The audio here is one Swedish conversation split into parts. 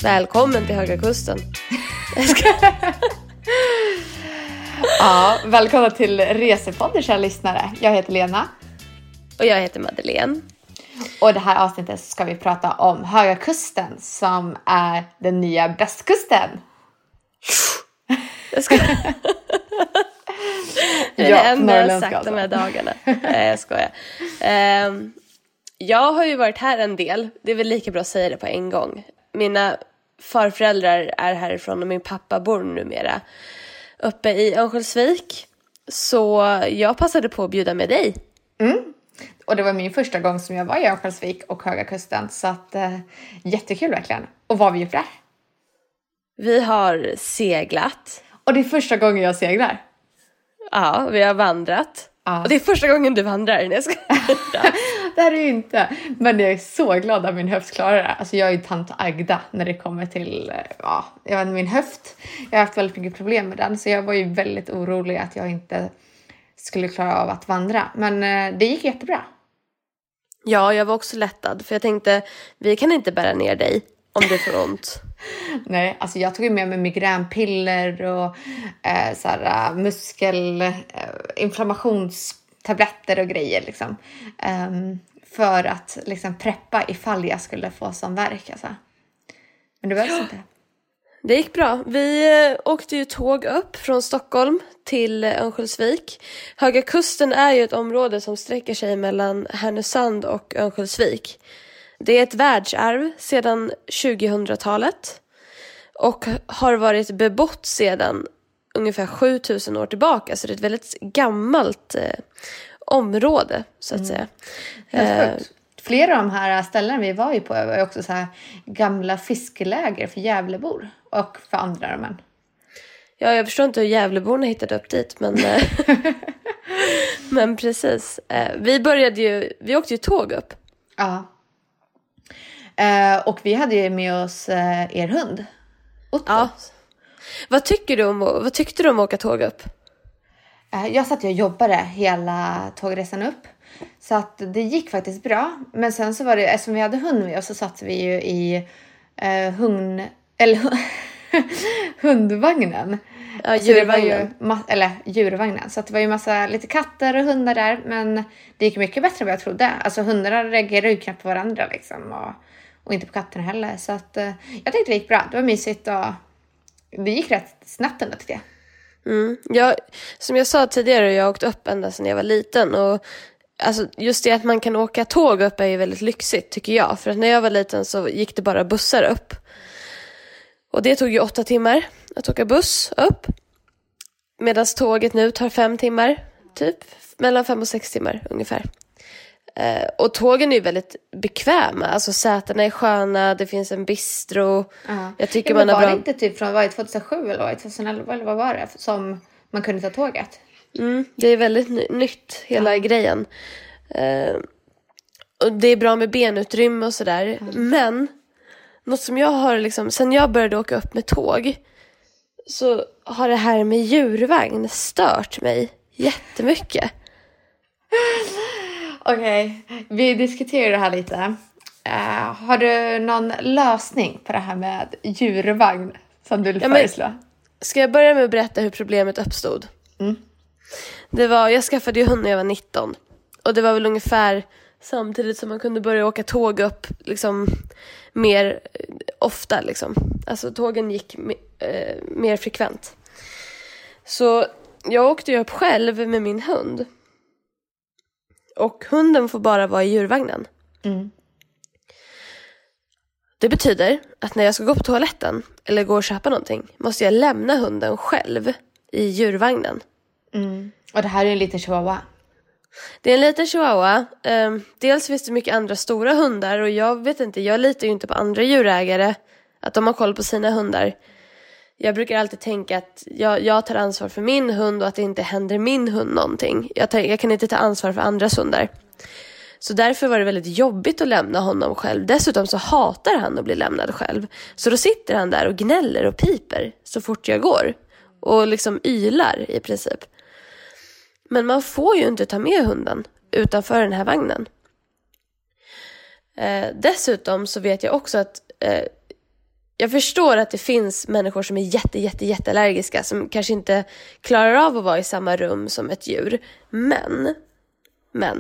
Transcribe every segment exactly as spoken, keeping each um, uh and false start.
Välkommen till Höga Kusten. Ja, välkomna till Resepodden, kära lyssnare. Jag heter Lena. Och jag heter Madeleine. Och i det här avsnittet ska vi prata om Höga Kusten, som är den nya bästkusten. Jag ska... Det är ja, det enda jag har sagt alltså. de här dagarna. Nej, jag skojar. Um, jag har ju varit här en del. Det är väl lika bra att säga det på en gång. Mina farföräldrar är härifrån och min pappa bor numera uppe i Örnsköldsvik. Så jag passade på att bjuda med dig. Mm. Och det var min första gång som jag var i Örnsköldsvik och Höga Kusten. Så att, eh, jättekul verkligen. Och vad har vi gjort där? Vi har seglat. Och det är första gången jag seglar. Ja, vi har vandrat. Ja. Och det är första gången du vandrar. Jag ska... det här är ju inte. Men jag är så glad att min höft klarar det. Alltså jag är ju tant Agda när det kommer till ja, jag vet, min höft. Jag har haft väldigt mycket problem med den. Så jag var ju väldigt orolig att jag inte skulle klara av att vandra. Men eh, det gick jättebra. Ja, jag var också lättad. För jag tänkte, vi kan inte bära ner dig om du får ont. Nej, alltså jag tog ju med mig migränpiller och eh, så här, uh, muskel, uh, inflammationstabletter och grejer liksom. Um, för att liksom preppa ifall jag skulle få sån värk alltså. Men det behövs ja. inte. Det gick bra. Vi eh, åkte ju tåg upp från Stockholm till Örnsköldsvik. Höga Kusten är ju ett område som sträcker sig mellan Härnösand och Örnsköldsvik. Det är ett världsarv sedan tjugohundratalet och har varit bebott sedan ungefär sjutusen år tillbaka. Så det är ett väldigt gammalt eh, område så att mm. säga. Eh, Flera av de här ställena vi var ju på var också så här gamla fiskeläger för Gävlebor och för andra män. Ja, jag förstår inte hur Gävleborna hittade upp dit, men men precis. Vi började ju, vi åkte ju tåg upp. Ja. Uh, och vi hade ju med oss uh, er hund, Otto. Ja. Vad tycker du om, vad tyckte du om att åka tåg upp? Uh, jag satt och jobbade hela tågresan upp. Så att det gick faktiskt bra. Men sen så var det, eftersom vi hade hund med oss, så satt vi ju i uh, hund, eller hundvagnen. Ja, djurvagnen. Ju, ma- eller djurvagnen. Så att det var ju massa, lite katter och hundar där. Men det gick mycket bättre än vad jag trodde. Alltså hundarna reagerade ju knappt på varandra liksom. Och, och inte på katterna heller. Så att uh, jag tyckte det gick bra. Det var mysigt och det gick rätt snabbt ändå tyckte jag. Mm. Jag, som jag sa tidigare, jag har åkt upp ända sedan jag var liten. Och alltså, just det att man kan åka tåg upp är ju väldigt lyxigt tycker jag. För att när jag var liten så gick det bara bussar upp. Och det tog ju åtta timmar att åka buss upp. Medan tåget nu tar fem timmar. Typ mellan fem och sex timmar ungefär. Eh, och tågen är ju väldigt bekväma. Alltså sätena är sköna. Det finns en bistro. Uh-huh. Jag tycker ja, man har var bra... det inte typ från var det tjugohundrasju eller var det tjugoelva eller vad var det som man kunde ta tåget? Mm, det är väldigt ny- nytt hela uh-huh. grejen. Eh, och det är bra med benutrymme och sådär. Uh-huh. Men något som jag har liksom, sen jag började åka upp med tåg, så har det här med djurvagn stört mig jättemycket. Okej, okay. Vi diskuterar det här lite. Uh, har du någon lösning på det här med djurvagn som du vill ja, föreslå? Ska jag börja med att berätta hur problemet uppstod? Mm. Det var, jag skaffade ju hund när jag var nitton. Och det var väl ungefär samtidigt som man kunde börja åka tåg upp liksom mer ofta liksom. Alltså tågen gick me- äh, mer frekvent. Så jag åkte ju upp själv med min hund. Och hunden får bara vara i djurvagnen. Mm. Det betyder att när jag ska gå på toaletten eller gå och köpa någonting, måste jag lämna hunden själv i djurvagnen. Mm. Och det här är en liten chihuahua. Det är en liten chihuahua. Um, dels finns det mycket andra stora hundar. Och jag vet inte, jag litar ju inte på andra djurägare. Att de har koll på sina hundar. Jag brukar alltid tänka att jag, jag tar ansvar för min hund. Och att det inte händer min hund någonting. Jag, tar, jag kan inte ta ansvar för andras hundar. Så därför var det väldigt jobbigt att lämna honom själv. Dessutom så hatar han att bli lämnad själv. Så då sitter han där och gnäller och piper så fort jag går. Och liksom ylar i princip. Men man får ju inte ta med hunden utanför den här vagnen. Eh, dessutom så vet jag också att eh, jag förstår att det finns människor som är jätte, jätte, jätte allergiska som kanske inte klarar av att vara i samma rum som ett djur. Men, men,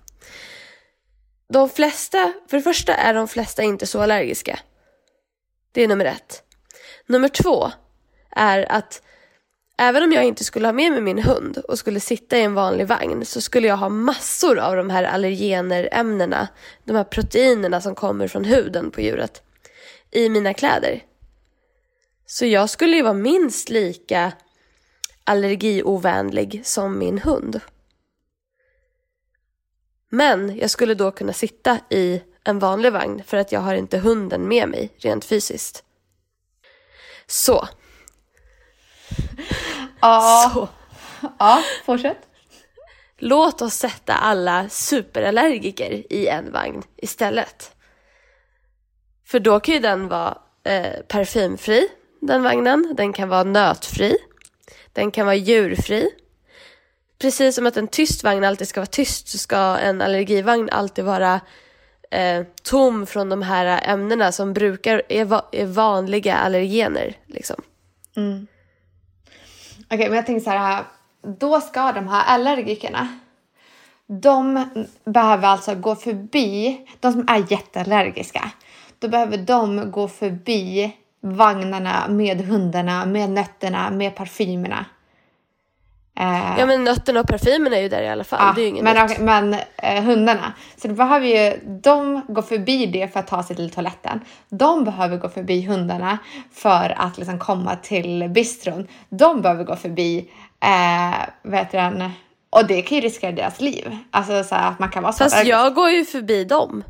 de flesta, för det första är de flesta inte så allergiska. Det är nummer ett. Nummer två är att även om jag inte skulle ha med mig min hund och skulle sitta i en vanlig vagn så skulle jag ha massor av de här allergenerämnena, de här proteinerna som kommer från huden på djuret i mina kläder. Så jag skulle ju vara minst lika allergiovänlig som min hund. Men jag skulle då kunna sitta i en vanlig vagn för att jag har inte hunden med mig rent fysiskt. Så. Ja, Så. ja, fortsätt. Låt oss sätta alla superallergiker i en vagn istället. För då kan ju den vara eh, parfymfri, den vagnen. Den kan vara nötfri. Den kan vara djurfri. Precis som att en tyst vagn alltid ska vara tyst så ska en allergivagn alltid vara eh, tom från de här ämnena som brukar är, va- är vanliga allergener. Liksom. Mm. Okej, okay, men jag tänker så här. Då ska de här allergikerna, de behöver alltså gå förbi, de som är jätteallergiska, då behöver de gå förbi vagnarna med hundarna, med nötterna, med parfymerna. Eh, ja, men nötterna och parfymerna är ju där i alla fall. ja, det är ju ingen men, nytt. men eh, hundarna. Så då behöver ju de gå förbi det för att ta sig till toaletten. De behöver gå förbi hundarna för att liksom komma till bistron. De behöver gå förbi, eh, vet du, och det kan ju riskera deras liv. Alltså så här, att man kan vara så. Fast jag går ju förbi dem.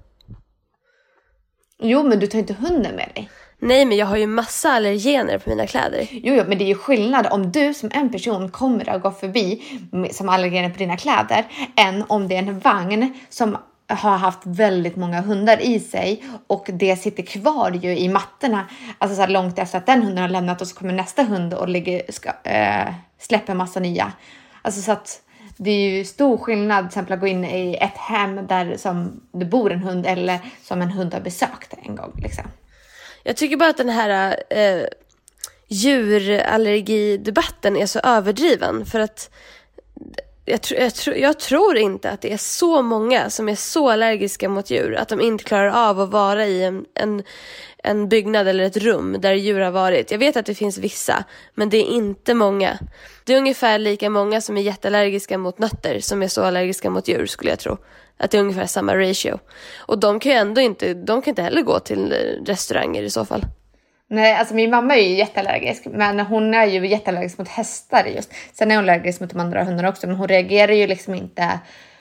Jo, men du tar inte hunden med dig. Nej, men jag har ju massa allergener på mina kläder. Jo, jo, men det är ju skillnad om du som en person kommer att gå förbi som allergener på dina kläder än om det är en vagn som har haft väldigt många hundar i sig och det sitter kvar ju i mattorna. Alltså så här långt efter att den hunden har lämnat och så kommer nästa hund och ligger, ska, äh, släpper en massa nya. Alltså så att det är ju stor skillnad till exempel att gå in i ett hem där som det bor en hund eller som en hund har besökt en gång liksom. Jag tycker bara att den här eh, djurallergidebatten är så överdriven. För att jag, tr- jag, tr- jag tror inte att det är så många som är så allergiska mot djur att de inte klarar av att vara i en, en, en byggnad eller ett rum där djur har varit. Jag vet att det finns vissa, men det är inte många. Det är ungefär lika många som är jätteallergiska mot nötter som är så allergiska mot djur, skulle jag tro. Att det är ungefär samma ratio. Och de kan ju ändå inte, de kan inte heller gå till restauranger i så fall. Nej, alltså min mamma är ju jätteallergisk. Men hon är ju jätteallergisk mot hästar just. Sen är hon allergisk mot de andra hundarna också. Men hon reagerar ju liksom inte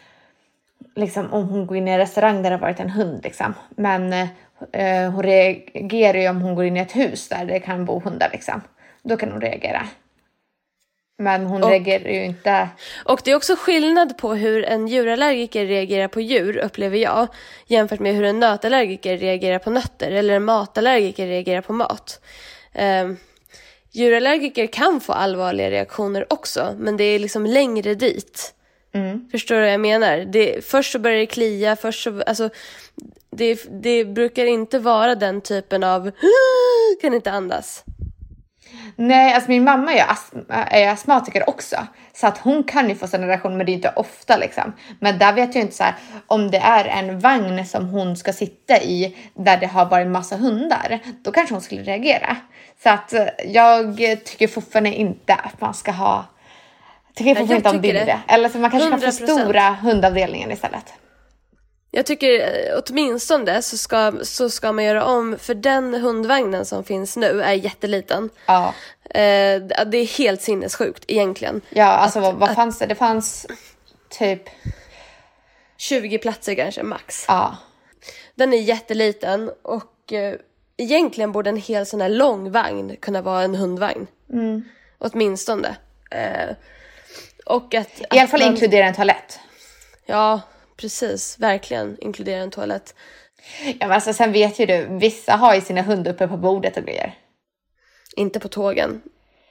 liksom om hon går in i en restaurang där det har varit en hund liksom. Men eh, hon reagerar ju om hon går in i ett hus där det kan bo hundar liksom. Då kan hon reagera. Men hon och, reagerar ju inte. Och det är också skillnad på hur en djurallergiker reagerar på djur, upplever jag, jämfört med hur en nötallergiker reagerar på nötter eller en matallergiker reagerar på mat. Um, djurallergiker kan få allvarliga reaktioner också, men det är liksom längre dit. Mm. Förstår du vad jag menar? Det, först så börjar det klia, först så, alltså, det, det brukar inte vara den typen av kan inte andas. Nej, alltså min mamma är, astma, är astmatiker också. Så att hon kan ju få sådana reaktioner, men det är inte ofta liksom. Men där vet jag inte så här, om det är en vagn som hon ska sitta i där det har varit en massa hundar, då kanske hon skulle reagera. Så att jag tycker fortfarande inte att man ska ha, tycker fortfarande inte om det. det. Eller så man kanske kan få stora hundavdelningen istället. Jag tycker åtminstone så ska, så ska man göra om, för den hundvagnen som finns nu är jätteliten. Ja. Eh, det är helt sinnessjukt egentligen. Ja, alltså att, vad, vad att, fanns det? Det fanns typ tjugo platser kanske, max. Ja. Den är jätteliten och eh, egentligen borde en hel sån här lång vagn kunna vara en hundvagn. Mm. Åtminstone. Eh, och att, I alla fall man, inkludera en toalett. Ja, precis. Verkligen inkludera en toalett. Ja, men alltså sen vet ju du, vissa har ju sina hundar uppe på bordet och grejer. Inte på tågen.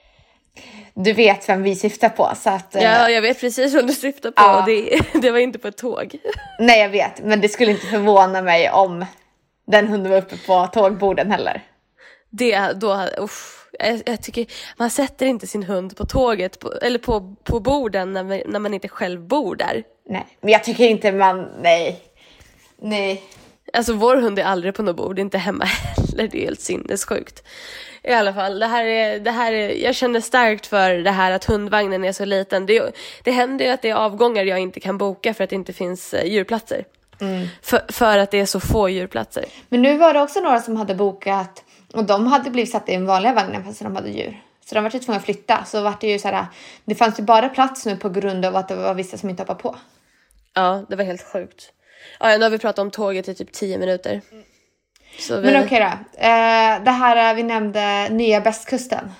Du vet vem vi syftar på, så att... Ja, jag vet precis vad du syftar på. Ja. Det, det var inte på ett tåg. Nej, jag vet. Men det skulle inte förvåna mig om den hunden var uppe på tågborden heller. Det då, uff, jag, jag tycker man sätter inte sin hund på tåget på, eller på, på borden när man, när man inte själv bor där. Nej, men jag tycker inte man, nej, nej. Alltså vår hund är aldrig på något bord, inte hemma heller, det är helt sinnessjukt. I alla fall, det här är, det här är, jag känner starkt för det här att hundvagnen är så liten. Det, det händer ju att det är avgångar jag inte kan boka för att det inte finns djurplatser. Mm. För, för att det är så få djurplatser. Men nu var det också några som hade bokat och de hade blivit satta i en vanliga vagnen fast de hade djur. Så de var ju tvungna att flytta. Så var det ju så här, det fanns ju bara plats nu på grund av att det var vissa som inte hoppade på. Ja, det var helt sjukt. Ja, nu har vi pratat om tåget i typ tio minuter. Så vi... Men okej då. Eh, det här vi nämnde nya Västkusten.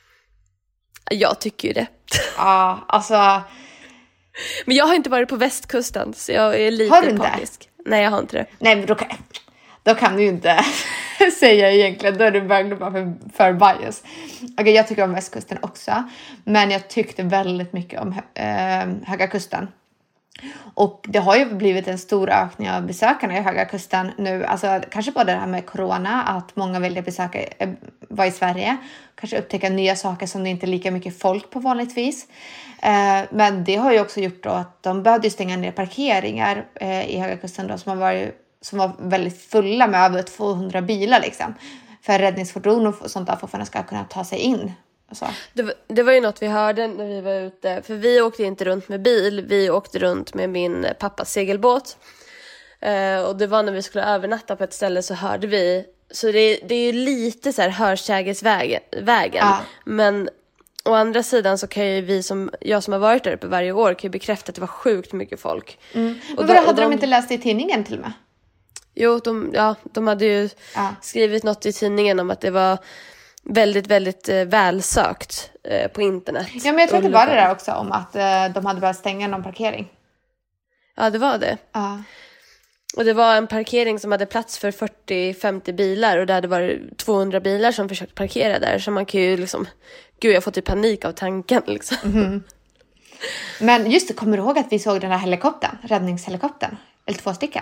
Jag tycker ju det. Ja, alltså... Men jag har inte varit på Västkusten så jag är lite har du inte? Partisk. Nej, jag har inte det. Nej, men då kan, då kan du ju inte säga egentligen. Då är du verkligen bara för, för bias. Okej, okay, jag tycker om Västkusten också. Men jag tyckte väldigt mycket om eh, Höga Kusten. Och det har ju blivit en stor ökning av besökarna i Höga Kusten nu. Alltså kanske bara det här med corona. Att många väljer besöka, vara i Sverige. Kanske upptäcka nya saker som det inte är lika mycket folk på vanligtvis. Eh, men det har ju också gjort då att de behövde stänga ner parkeringar eh, i Höga Kusten då, som, har varit, som var väldigt fulla med över tvåhundra bilar liksom. För räddningsfordon och sånt där fortfarande ska kunna ta sig in. Så. Det, var, det var ju något vi hörde när vi var ute. För vi åkte inte runt med bil. Vi åkte runt med min pappas segelbåt. Eh, och det var när vi skulle övernatta på ett ställe så hörde vi. Så det, det är ju lite så här hörsägesvägen. Vägen. Ja. Men å andra sidan så kan ju vi som, jag som har varit där uppe varje år kan ju bekräfta att det var sjukt mycket folk. Mm. Och men då, hade de, de inte läst i tidningen till och med? Jo, de, ja, de hade ju ja. skrivit något i tidningen om att det var väldigt, väldigt eh, välsökt eh, på internet. Ja, men jag tror att det var det där också om att eh, de hade börjat stänga någon parkering. Ja, det var det. Ja. Och det var en parkering som hade plats för fyrtio femtio bilar och det hade varit tvåhundra bilar som försökt parkera där. Så man kan ju liksom, gud jag får typ panik av tanken liksom. Mm-hmm. Men just det, kommer du ihåg att vi såg den här helikoptern, räddningshelikoptern? Eller två stycken?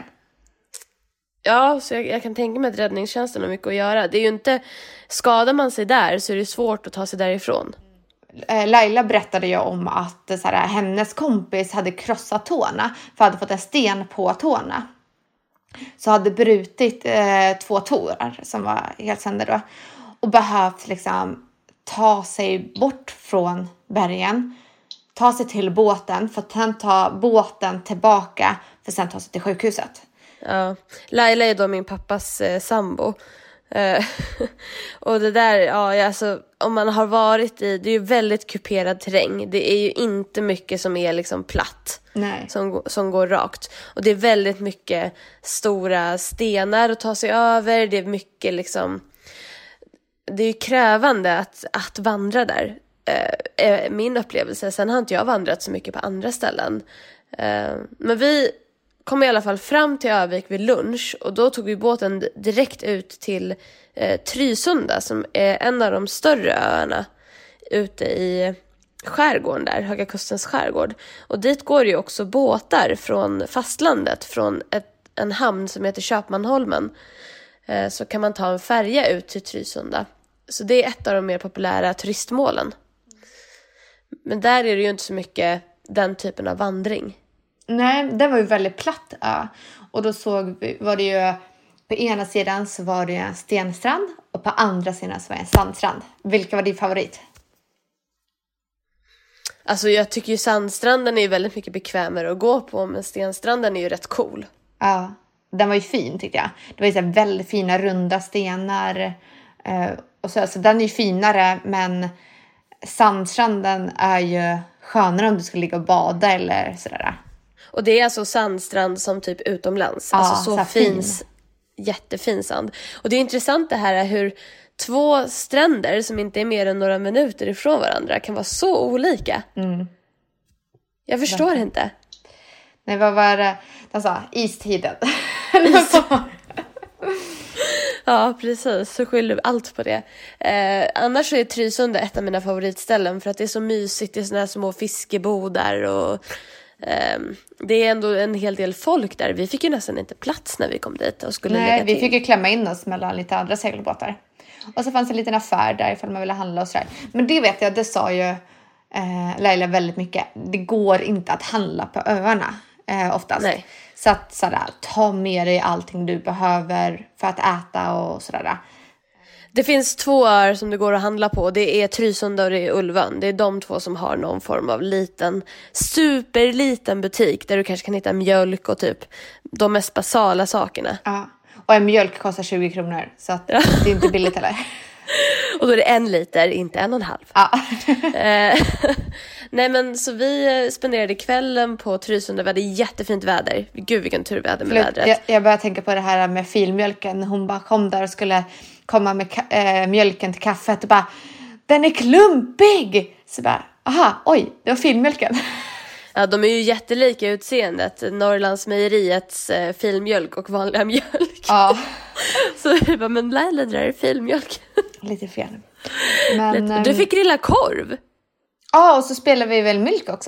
Ja, så jag, jag kan tänka mig att räddningstjänsten har mycket att göra. Det är ju inte, skadar man sig där så är det svårt att ta sig därifrån. Laila berättade ju om att så här, hennes kompis hade krossat tårna för hade fått en sten på tårna. Så hade brutit eh, två tårar som var helt sönder då. Och behövt liksom ta sig bort från bergen. Ta sig till båten för att sen ta båten tillbaka för att sen ta sig till sjukhuset. Ja, Laila är då min pappas eh, sambo. Eh, och det där, ja alltså om man har varit i, det är ju väldigt kuperad terräng. Det är ju inte mycket som är liksom platt. Nej. Som, som går rakt. Och det är väldigt mycket stora stenar att ta sig över. Det är mycket liksom, det är ju krävande att, att vandra där. Eh, min upplevelse. Sen har inte jag vandrat så mycket på andra ställen. Eh, men vi kom i alla fall fram till Övik vid lunch och då tog vi båten direkt ut till eh, Trysunda som är en av de större öarna ute i skärgården där, Höga Kustens skärgård. Och dit går ju också båtar från fastlandet, från ett, en hamn som heter Köpmanholmen. Eh, så kan man ta en färja ut till Trysunda. Så det är ett av de mer populära turistmålen. Men där är det ju inte så mycket den typen av vandring. Nej, det var ju väldigt platt ö. Och då såg vi, var det ju, på ena sidan så var det en stenstrand och på andra sidan så var det en sandstrand. Vilka var din favorit? Alltså jag tycker ju sandstranden är ju väldigt mycket bekvämare att gå på, men stenstranden är ju rätt cool. Ja, den var ju fin tyckte jag. Det var ju så här väldigt fina runda stenar. Eh, och så, alltså, den är ju finare, men sandstranden är ju skönare om du ska ligga och bada eller sådär. Och det är alltså sandstrand som typ utomlands. Ja, alltså så, så fin, fin. Jättefin sand. Och det är intressant det här hur två stränder som inte är mer än några minuter ifrån varandra kan vara så olika. Mm. Jag förstår Verkligen. inte. Nej, vad var det? Alltså, istiden. Is. Ja, precis. Så skyller vi allt på det. Eh, annars så är Trysunda ett av mina favoritställen för att det är så mysigt. Det är såna här små fiskebodar och eh, det är ändå en hel del folk där. Vi fick ju nästan inte plats när vi kom dit och skulle Nej, lägga vi till. fick ju klämma in oss mellan lite andra segelbåtar. Och så fanns det en liten affär där ifall man ville handla och sådär. Men det vet jag, det sa ju eh, Laila väldigt mycket. Det går inte att handla på öarna eh, oftast. Nej. Så att sådär, ta med dig allting du behöver för att äta och sådär. Det finns två öar som det går att handla på. Det är Trysunda och det är Ulvön. Det är de två som har någon form av liten, superliten butik där du kanske kan hitta mjölk och typ de mest basala sakerna. Ja, och en mjölk kostar tjugo kronor så att Ja. det är inte billigt heller. Och då är det en liter, inte en och en halv. Ja. Eh, Nej men så vi spenderade kvällen på Trysunda. Vi hade jättefint väder. Gud vilken tur vi hade med Förlåt, vädret. jag, jag började tänka på det här med filmjölken. Hon bara kom där och skulle komma med ka- äh, mjölken till kaffet och bara, den är klumpig! Så bara, aha, oj, det var filmjölken. Ja, de är ju jättelika i utseendet. Norrlands mejeriets eh, filmjölk och vanliga mjölk. Ja, Så vi bara, men Laila, det där är filmjölk. lite fel. Men, Lite. Du fick grilla korv. Ja, och så spelade vi väl Milk också.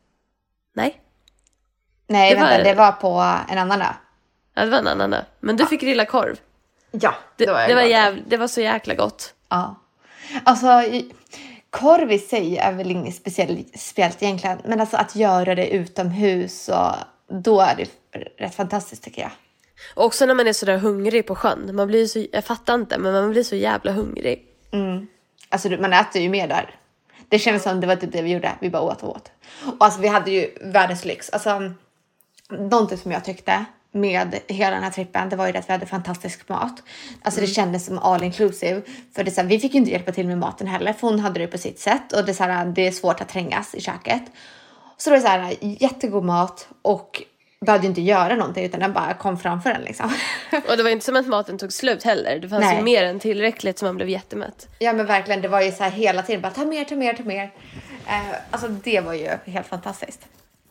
Nej. Nej, Det vänta, var- det var på en annan ö. Ja, det var en annan ö. Men du fick grilla korv. Ja, Det, då är jag det, var glad. jäv, det var så jäkla gott. Ja. Alltså, i- korv i sig är väl inget speciellt, speciellt egentligen. Men alltså att göra det utomhus, och då är det rätt fantastiskt tycker jag. Och också när man är så där hungrig på sjön. Man blir så, jag fattar inte, men man blir så jävla hungrig. Mm. Alltså man äter ju mer där. Det kändes som det var typ det vi gjorde. Vi bara åt och åt. Och alltså vi hade ju världens lyx. Alltså någonting som jag tyckte med hela den här trippen, det var ju att vi hade fantastisk mat. Alltså mm. det kändes som all inclusive. För det är så här, vi fick ju inte hjälpa till med maten heller. För hon hade det på sitt sätt. Och det är, så här, det är svårt att trängas i köket. Så det var så här, jättegod mat. Och behövde inte göra någonting utan den bara kom framför en liksom. Och det var inte som att maten tog slut heller. Det fanns Nej. ju mer än tillräckligt som man blev jättemätt. Ja men verkligen, det var ju så här hela tiden bara ta mer, ta mer, ta mer. Eh, alltså det var ju helt fantastiskt.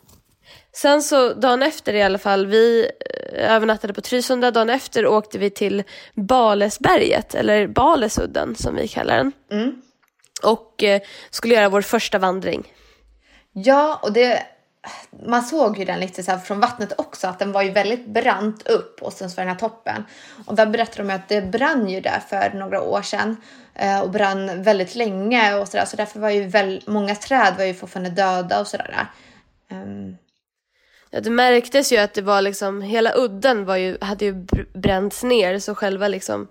Sen så dagen efter i alla fall, vi eh, övernattade på Trysunda. Dagen efter åkte vi till Balesberget, eller Balesudden som vi kallar den. Mm. Och eh, skulle göra vår första vandring. Ja, och det, man såg ju den lite så här från vattnet också, att den var ju väldigt brant upp och sen så var den här toppen. Och där berättade de att det brann ju där för några år sedan eh, och brann väldigt länge och sådär. Så därför var ju väl, många träd var ju fortfarande döda och sådär. Um. Ja, det märktes ju att det var liksom, hela udden var ju, hade ju br- bränts ner, så själva liksom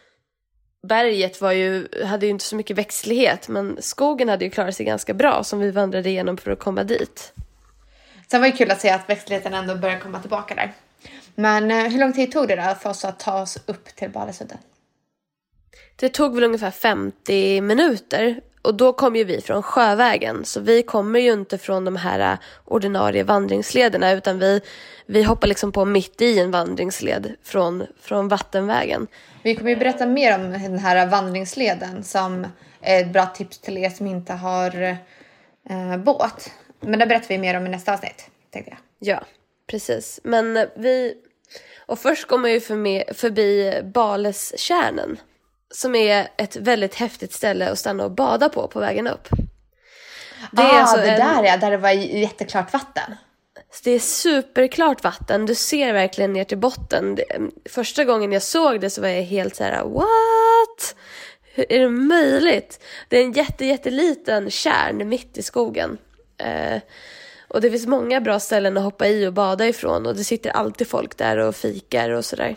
berget var ju, hade ju inte så mycket växtlighet, men skogen hade ju klarat sig ganska bra som vi vandrade igenom för att komma dit. Sen var det kul att se att växtligheten ändå började komma tillbaka där. Men eh, hur lång tid tog det då för oss att ta oss upp till Balesudden? Det tog väl ungefär femtio minuter. Och då kom ju vi från sjövägen. Så vi kommer ju inte från de här ordinarie vandringslederna. Utan vi, vi hoppar liksom på mitt i en vandringsled från, från vattenvägen. Vi kommer ju berätta mer om den här vandringsleden som är ett bra tips till er som inte har eh, båt. Men det berättar vi mer om i nästa avsnitt, tänkte jag. Ja, precis. Men vi... Och först går man ju förbi, förbi Baleskärnen. Som är ett väldigt häftigt ställe att stanna och bada på på vägen upp. Det är ah, alltså det en, där är där det var jätteklart vatten. Det är superklart vatten. Du ser verkligen ner till botten. Det, första gången jag såg det så var jag helt så här: what? Hur är det möjligt? Det är en jätte, jätteliten kärn mitt i skogen. Eh, och det finns många bra ställen att hoppa i och bada ifrån. Och det sitter alltid folk där och fikar och sådär.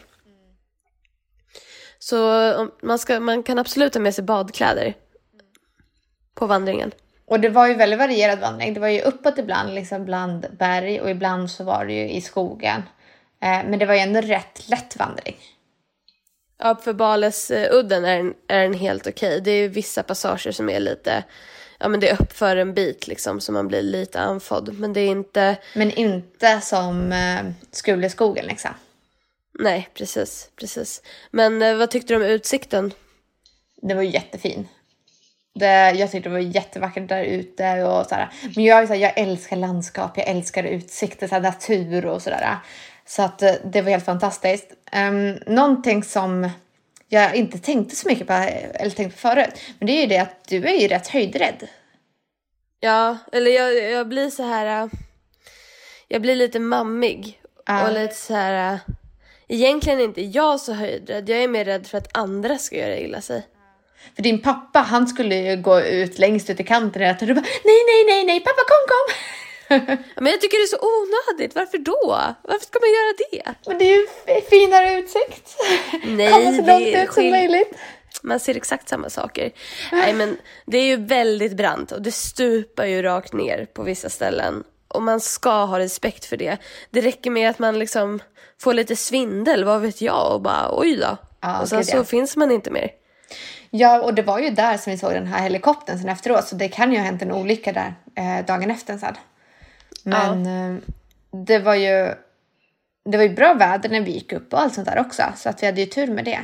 Så man, ska, man kan absolut ha med sig badkläder på vandringen. Och det var ju väldigt varierad vandring. Det var ju uppåt ibland, liksom bland berg. Och ibland så var det ju i skogen. Eh, men det var ju ändå rätt lätt vandring. Ja, för Balesudden är en, är en helt okej. Det är vissa passager som är lite... Ja, men det är upp för en bit liksom, så man blir lite anfodd. Men det är inte... Men inte som eh, Skuleskogen liksom. Nej, precis, precis. Men eh, vad tyckte du om utsikten? Det var ju jättefin. Det, jag tyckte det var jättevackert där ute och sådär. Men jag, så här, jag älskar landskap, jag älskar utsikter, så här, natur och sådär. Så att eh, det var helt fantastiskt. Um, någonting som jag inte tänkte så mycket på, eller tänkte på förut. Men det är ju det att du är ju rätt höjdrädd. Ja, eller jag, jag blir så här... Jag blir lite mammig. Uh. Och lite så här... egentligen är inte jag så höjdrädd. Jag är mer rädd för att andra ska göra illa sig. För din pappa, han skulle ju gå ut längst ut i kanten och du bara, nej, nej, nej, nej, pappa, kom, kom. Men jag tycker det är så onödigt. Varför då? Varför ska man göra det? Men det är ju finare utsikt. Nej, komma så långt det ut som möjligt. Man ser exakt samma saker. Nej, men det är ju väldigt brant och det stupar ju rakt ner på vissa ställen. Och man ska ha respekt för det. Det räcker med att man liksom får lite svindel, vad vet jag, och bara oj då. Ja, och sen okay, så det. Finns man inte mer. Ja, och det var ju där som vi såg den här helikoptern sen efteråt. Så det kan ju ha hänt en olycka där eh, dagen efter sen. Men ja. eh, det var ju det var ju bra väder när vi gick upp och allt sånt där också. Så att vi hade ju tur med det.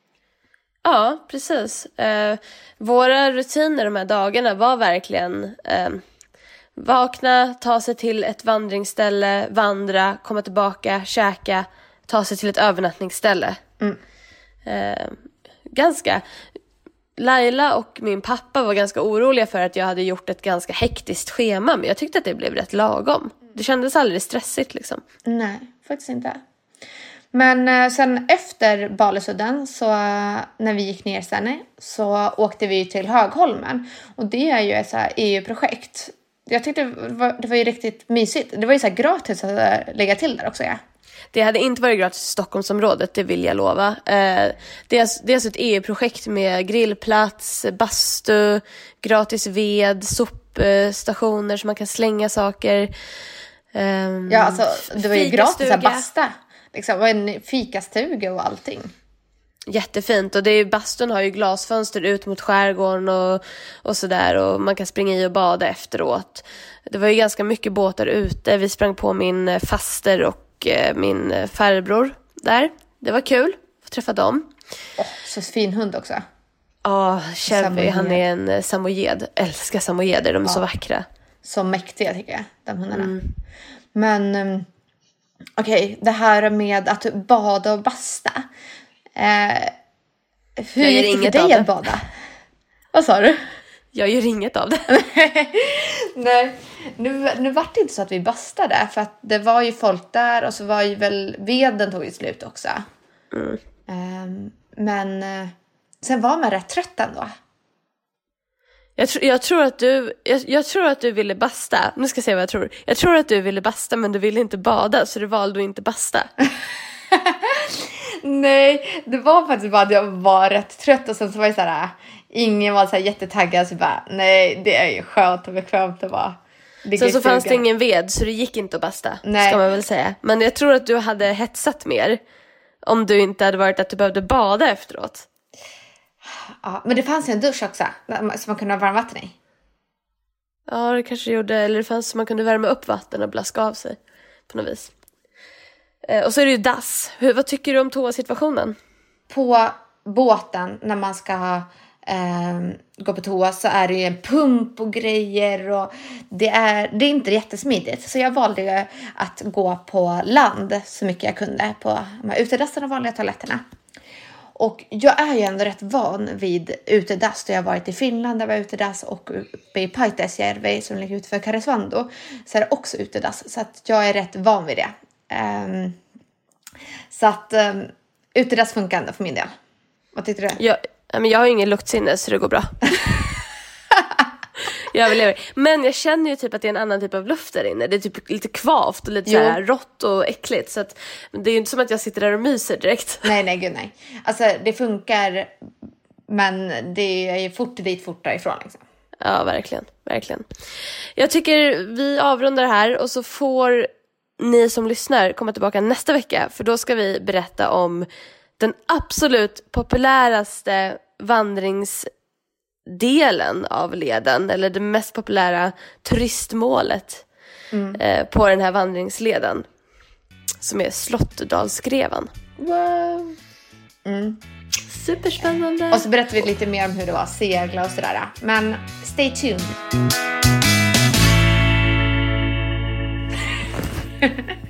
Ja, precis. Eh, våra rutiner de här dagarna var verkligen eh, vakna, ta sig till ett vandringsställe, vandra, komma tillbaka, käka, ta sig till ett övernattningsställe. Mm. Eh, ganska... Laila och min pappa var ganska oroliga för att jag hade gjort ett ganska hektiskt schema. Men jag tyckte att det blev rätt lagom. Det kändes aldrig stressigt liksom. Nej, faktiskt inte. Men eh, sen efter Balesudden, så eh, när vi gick ner sen, så åkte vi till Högholmen. Och det är ju ett så här E U-projekt. Jag tyckte det var, det var ju riktigt mysigt. Det var ju så här gratis att äh, lägga till där också, ja. Det hade inte varit gratis i Stockholmsområdet, det vill jag lova. Eh, det, är, det är alltså ett E U-projekt med grillplats, bastu, gratis ved, sopstationer så man kan slänga saker. Eh, ja, alltså det var ju gratis att basta. Liksom, och en fikastuga och allting. Jättefint, och det är, bastun har ju glasfönster ut mot skärgården och, och sådär, och man kan springa i och bada efteråt. Det var ju ganska mycket båtar ute. Vi sprang på min faster och min farbror där. Det var kul att träffa dem. Oh, så fin hund också. Ja, oh, Chevy, han är en samoyed. Älskar samoyeder, de är ja. så vackra. Så mäktiga tycker jag, de hundarna. Mm. Men um, okej, okay, det här med att bada och basta. Eh, hur jag gick det för dig att bada? Vad sa du? Jag gör inget av det. Nej, nu, nu var det inte så att vi bastade. För att det var ju folk där. Och så var ju väl veden tog ju slut också. Mm. Um, men uh, sen var man rätt trött ändå. Jag, tr- jag, tror att du, jag, jag tror att du ville basta. Nu ska jag se vad jag tror. Jag tror att du ville basta, men du ville inte bada. Så du valde att inte basta. Nej, det var faktiskt bara att jag var rätt trött. Och sen så var det så här... Ingen var så här jättetaggad, så bara, nej, det är ju skönt och bekvämt att vara. Så så fanns det ingen ved, så det gick inte att basta, nej. Ska man väl säga. Men jag tror att du hade hetsat mer om du inte hade varit att du behövde bada efteråt. Ja, men det fanns ju en dusch också, som man kunde ha varmt vatten i. Ja, det kanske gjorde, eller det fanns så man kunde värma upp vatten och blaska av sig på något vis. Eh, och så är det ju dass. Hur, vad tycker du om toasituationen? På båten, när man ska ha Eh, gå på toa, så är det ju en pump och grejer och det är, det är inte jättesmidigt, så jag valde att gå på land så mycket jag kunde på de här utedassarna och vanliga toaletterna. Och jag är ju ändå rätt van vid utedass, då jag har varit i Finland där var utedass, och uppe i Paitasjärvi som ligger utanför Karesuando så är det också utedass, så att jag är rätt van vid det. eh, så att eh, utedass funkar ändå för min del. Vad tyckte du? Jag Men jag har ju ingen luktsinne, så det går bra. Jag överlever. Men jag känner ju typ att det är en annan typ av luft där inne. Det är typ lite kvavt och lite så här rått och äckligt. Så att, det är ju inte som att jag sitter där och myser direkt. Nej, nej, gud nej. Alltså det funkar, men det är ju fort dit, fort därifrån liksom. Ja, verkligen, verkligen. Jag tycker vi avrundar här, och så får ni som lyssnar komma tillbaka nästa vecka. För då ska vi berätta om den absolut populäraste vandringsdelen av leden, eller det mest populära turistmålet mm. eh, på den här vandringsleden, som är Slåtterdalsgrevan. Wow. Mm. Superspännande. Och så berättar vi lite mer om hur det var att segla och sådär. Men stay tuned.